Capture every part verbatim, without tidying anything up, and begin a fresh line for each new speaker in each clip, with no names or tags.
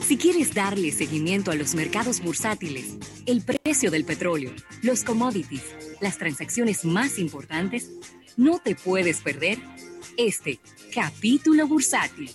Si quieres darle seguimiento a los mercados bursátiles, el precio del petróleo, los commodities, las transacciones más importantes, no te puedes perder este capítulo bursátil.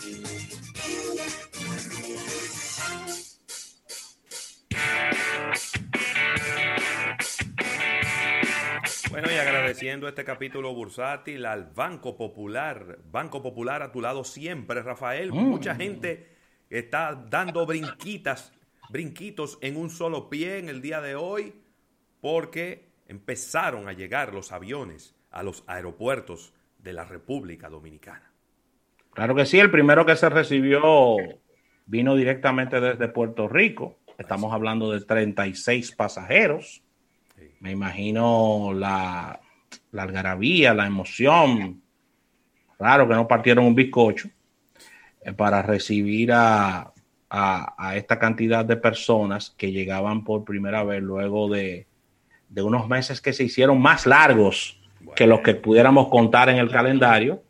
Bueno, y agradeciendo este capítulo bursátil al Banco Popular. Banco Popular a tu lado siempre, Rafael. Mm. Mucha gente está dando brinquitas, brinquitos en un solo pie en el día de hoy porque empezaron a llegar los aviones a los aeropuertos de la República Dominicana.
Claro que sí, el primero que se recibió vino directamente desde Puerto Rico. Estamos hablando de treinta y seis pasajeros. Sí. Me imagino la, la algarabía, la emoción. Raro que no partieron un bizcocho eh, para recibir a, a, a esta cantidad de personas que llegaban por primera vez luego de, de unos meses que se hicieron más largos bueno. que los que pudiéramos contar en el calendario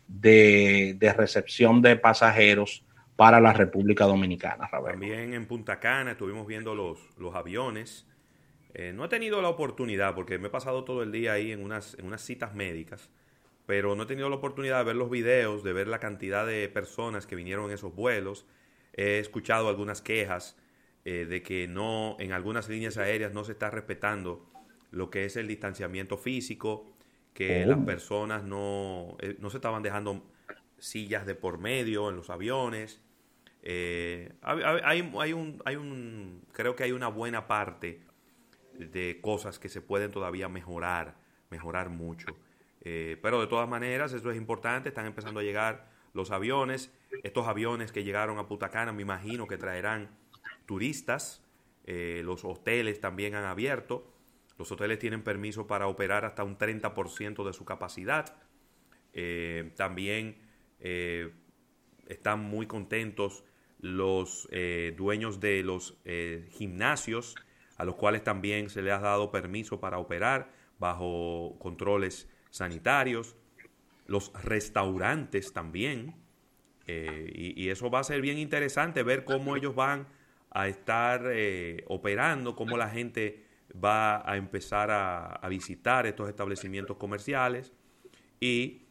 de, de recepción de pasajeros para la República Dominicana. Rafael.
También en Punta Cana estuvimos viendo los, los aviones. Eh, no he tenido la oportunidad porque me he pasado todo el día ahí en unas, en unas citas médicas, pero no he tenido la oportunidad de ver los videos, de ver la cantidad de personas que vinieron en esos vuelos. He escuchado algunas quejas eh, de que no, en algunas líneas aéreas no se está respetando lo que es el distanciamiento físico, que oh. las personas no, eh, no se estaban dejando sillas de por medio en los aviones. Eh, hay, hay, hay, un, hay un, creo que hay una buena parte de cosas que se pueden todavía mejorar, mejorar mucho. Eh, pero de todas maneras, eso es importante, están empezando a llegar los aviones. Estos aviones que llegaron a Punta Cana, me imagino que traerán turistas. Eh, los hoteles también han abierto. Los hoteles tienen permiso para operar hasta un treinta por ciento de su capacidad. Eh, también eh, están muy contentos los eh, dueños de los eh, gimnasios, a los cuales también se les ha dado permiso para operar bajo controles sanitarios. Los restaurantes también. Eh, y, y eso va a ser bien interesante ver cómo ellos van a estar eh, operando, cómo la gente va a empezar a, a visitar estos establecimientos comerciales y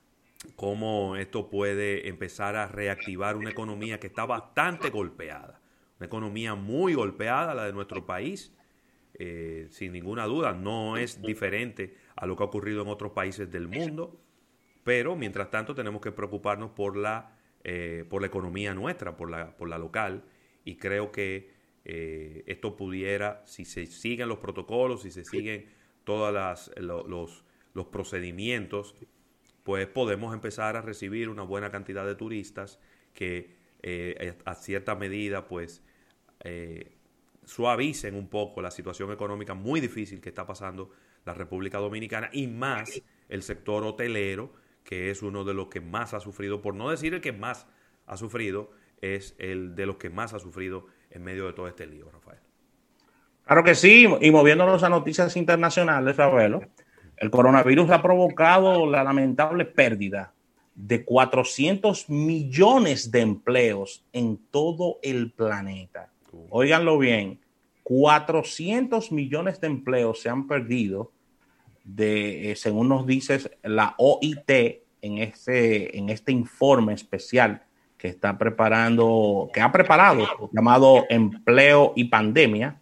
cómo esto puede empezar a reactivar una economía que está bastante golpeada. Una economía muy golpeada, la de nuestro país. Eh, sin ninguna duda, no es diferente a lo que ha ocurrido en otros países del mundo, pero mientras tanto tenemos que preocuparnos por la, eh, por la economía nuestra, por la, por la local, y creo que eh, esto pudiera, si se siguen los protocolos, si se siguen todos las, lo, los, los procedimientos, pues podemos empezar a recibir una buena cantidad de turistas que eh, a cierta medida pues eh, suavicen un poco la situación económica muy difícil que está pasando la República Dominicana, y más el sector hotelero, que es uno de los que más ha sufrido, por no decir el que más ha sufrido, es el de los que más ha sufrido en medio de todo este lío, Rafael.
Claro que sí, y moviéndonos a noticias internacionales, Rafael, el coronavirus ha provocado la lamentable pérdida de cuatrocientos millones de empleos en todo el planeta. Uh. Óiganlo bien, cuatrocientos millones de empleos se han perdido, de, eh, según nos dice la O I T en este, en este informe especial que está preparando, que ha preparado, llamado Empleo y Pandemia,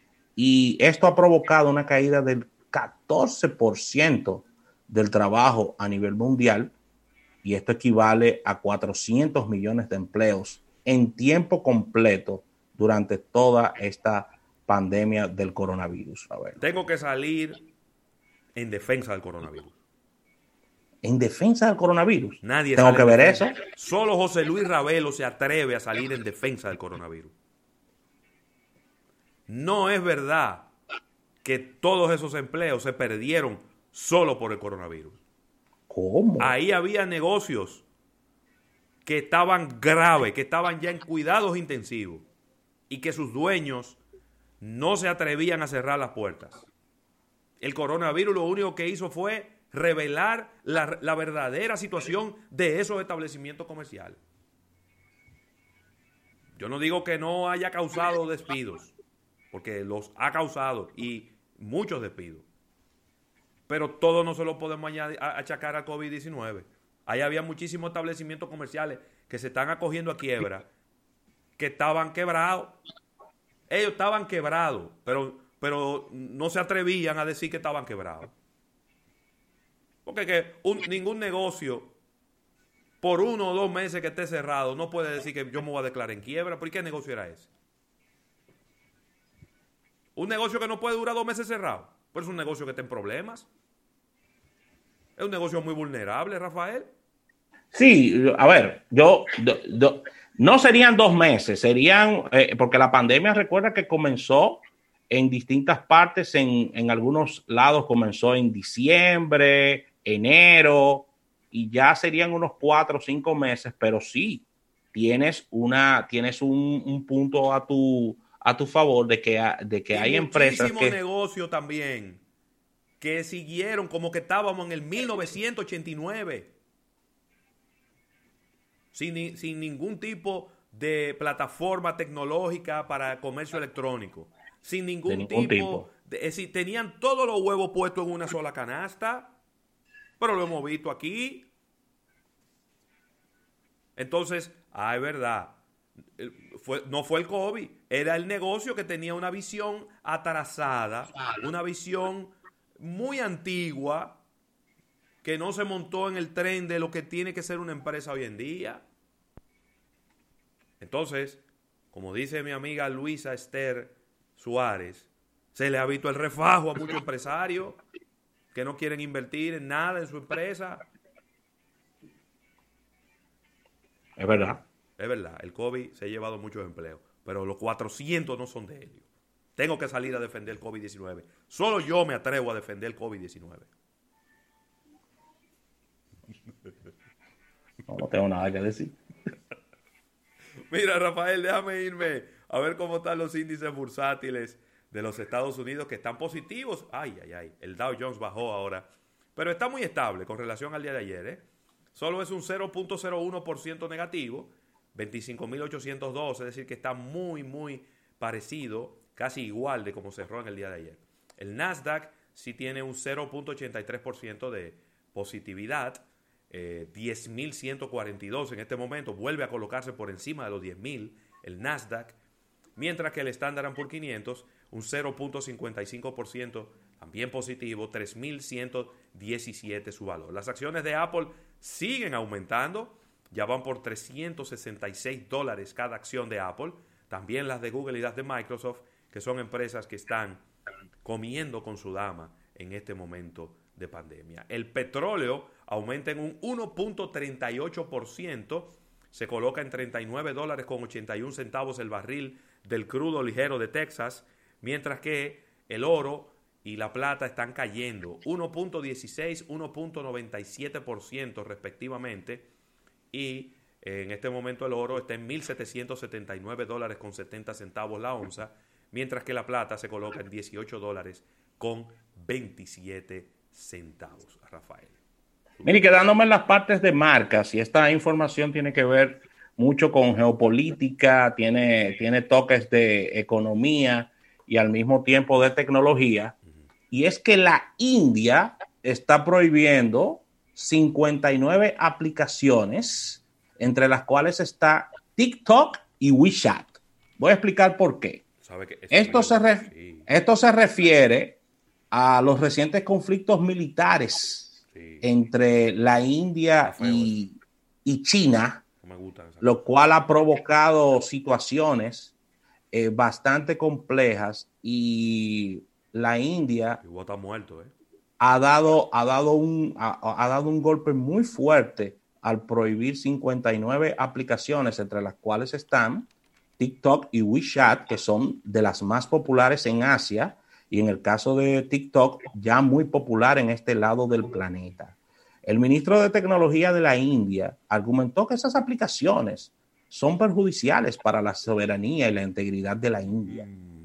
y esto ha provocado una caída del catorce por ciento del trabajo a nivel mundial, y esto equivale a cuatrocientos millones de empleos en tiempo completo durante toda esta pandemia del coronavirus. A ver.
Tengo que salir en defensa del coronavirus.
¿En defensa del coronavirus?
Nadie
Tengo que ver eso.
Solo José Luis Ravelo se atreve a salir en defensa del coronavirus. No es verdad que todos esos empleos se perdieron solo por el coronavirus.
¿Cómo?
Ahí había negocios que estaban graves, que estaban ya en cuidados intensivos y que sus dueños no se atrevían a cerrar las puertas. El coronavirus lo único que hizo fue revelar la, la verdadera situación de esos establecimientos comerciales. Yo no digo que no haya causado despidos, porque los ha causado y muchos despidos. Pero todo no se lo podemos añadir, a, achacar al COVID diecinueve. Ahí había muchísimos establecimientos comerciales que se están acogiendo a quiebra, que estaban quebrados. Ellos estaban quebrados, pero, pero no se atrevían a decir que estaban quebrados. Porque que un, ningún negocio, por uno o dos meses que esté cerrado, no puede decir que yo me voy a declarar en quiebra. ¿Por qué negocio era ese? Un negocio que no puede durar dos meses cerrado, pero es un negocio que está en problemas. Es un negocio muy vulnerable, Rafael.
Sí, a ver, yo, yo, yo no serían dos meses, serían, eh, porque la pandemia, recuerda que comenzó en distintas partes, en, en algunos lados comenzó en diciembre, enero, y ya serían unos cuatro o cinco meses, pero sí, tienes una, tienes un, un punto a tu, a tu favor de que, de que
y
hay empresas que...
negocio también, que siguieron como que estábamos en el mil novecientos ochenta y nueve. Sin, sin ningún tipo de plataforma tecnológica para comercio electrónico. Sin ningún,
ningún
tipo,
tipo.
De, es decir, tenían todos los huevos puestos en una sola canasta. Pero lo hemos visto aquí. Entonces, ah, es verdad. Fue, no fue el COVID, era el negocio que tenía una visión atrasada, una visión muy antigua, que no se montó en el tren de lo que tiene que ser una empresa hoy en día. Entonces, como dice mi amiga Luisa Esther Suárez, se le ha visto el refajo a muchos empresarios que no quieren invertir en nada en su empresa.
Es verdad.
Es verdad, el COVID se ha llevado muchos empleos, pero los cuatrocientos no son de ellos. Tengo que salir a defender el COVID diecinueve. Solo yo me atrevo a defender el COVID diecinueve.
No, no tengo nada que decir.
Mira, Rafael, déjame irme a ver cómo están los índices bursátiles de los Estados Unidos, que están positivos. Ay, ay, ay, el Dow Jones bajó ahora, pero está muy estable con relación al día de ayer, ¿eh? Solo es un cero punto cero uno por ciento negativo, veinticinco mil ochocientos dos, es decir, que está muy, muy parecido, casi igual de como cerró en el día de ayer. El Nasdaq sí tiene un cero punto ochenta y tres por ciento de positividad, eh, diez mil ciento cuarenta y dos en este momento, vuelve a colocarse por encima de los diez mil, el Nasdaq, mientras que el Standard and Poor's quinientos, un cero punto cincuenta y cinco por ciento, también positivo, tres mil ciento diecisiete su valor. Las acciones de Apple siguen aumentando, ya van por trescientos sesenta y seis dólares cada acción de Apple, también las de Google y las de Microsoft, que son empresas que están comiendo con su dama en este momento de pandemia. El petróleo aumenta en un uno punto treinta y ocho por ciento, se coloca en treinta y nueve dólares con ochenta y uno centavos el barril del crudo ligero de Texas, mientras que el oro y la plata están cayendo uno punto dieciséis, uno punto noventa y siete por ciento respectivamente, y en este momento el oro está en mil setecientos setenta y nueve dólares con setenta centavos la onza, mientras que la plata se coloca en dieciocho dólares con veintisiete centavos, Rafael.
Mire, quedándome en las partes de marcas, y esta información tiene que ver mucho con geopolítica, tiene, tiene toques de economía y al mismo tiempo de tecnología, y es que la India está prohibiendo cincuenta y nueve aplicaciones, entre las cuales está TikTok y WeChat. Voy a explicar por qué.
¿Sabe que
esto,
sí,
se re,
sí.
esto se refiere a los recientes conflictos militares sí. entre la India y, y China,
no me gustan esas
lo cual ha provocado situaciones eh, bastante complejas, y la India
y está muerto, ¿eh?
ha, dado, ha, dado un, ha, ha dado un golpe muy fuerte al prohibir cincuenta y nueve aplicaciones, entre las cuales están TikTok y WeChat, que son de las más populares en Asia, y en el caso de TikTok, ya muy popular en este lado del planeta. El ministro de Tecnología de la India argumentó que esas aplicaciones son perjudiciales para la soberanía y la integridad de la India,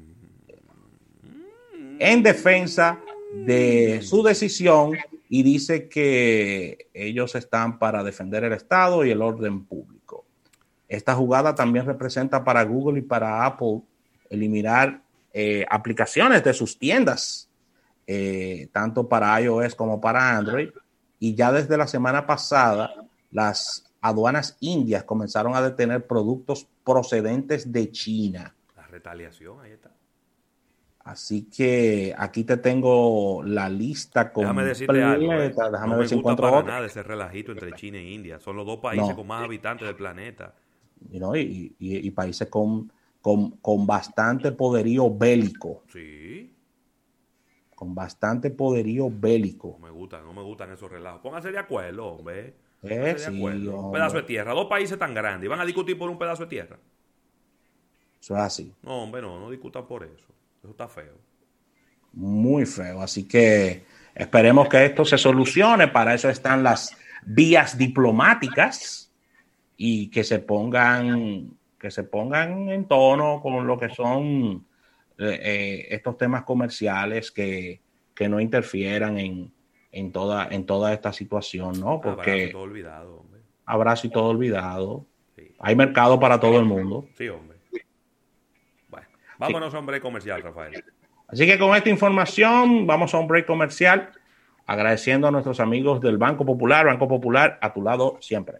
en defensa de su decisión, y dice que ellos están para defender el Estado y el orden público. Esta jugada también representa para Google y para Apple eliminar eh, aplicaciones de sus tiendas, eh, tanto para iOS como para Android. Y ya desde la semana pasada, las aduanas indias comenzaron a detener productos procedentes de China.
La retaliación, ahí está.
Así que aquí te tengo la lista completa.
Déjame decirte algo. Eh.
Déjame
no
ver
me
si
gusta
encuentro
para
otro.
nada ese relajito entre China e India. Son los dos países
No.
con más habitantes del planeta.
You know, y, y, y países con, con, con bastante poderío bélico.
Sí.
Con bastante poderío bélico.
No me gustan, no me gustan esos relajos. Pónganse de acuerdo, hombre.
Eh,
de
sí,
acuerdo. Un
hombre.
pedazo de tierra. Dos países tan grandes. ¿Y van a discutir por un pedazo de tierra?
Eso es así.
No, hombre, no. No discutan por eso. Eso está feo.
Muy feo. Así que esperemos que esto se solucione. Para eso están las vías diplomáticas y que se pongan, que se pongan en tono con lo que son eh, eh, estos temas comerciales que, que no interfieran en, en, toda, en toda esta situación, ¿no? Porque
abrazo y todo olvidado, hombre.
Abrazo y todo olvidado.
Sí.
Hay mercado para todo el mundo.
Sí, hombre. Bueno, vámonos sí. a un break comercial, Rafael.
Así que con esta información vamos a un break comercial, agradeciendo a nuestros amigos del Banco Popular. Banco Popular, a tu lado siempre.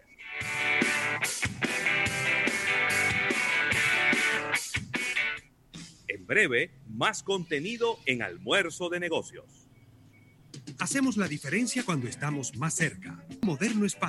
En breve, más contenido en Almuerzo de Negocios.
Hacemos la diferencia cuando estamos más cerca. Moderno Espacio.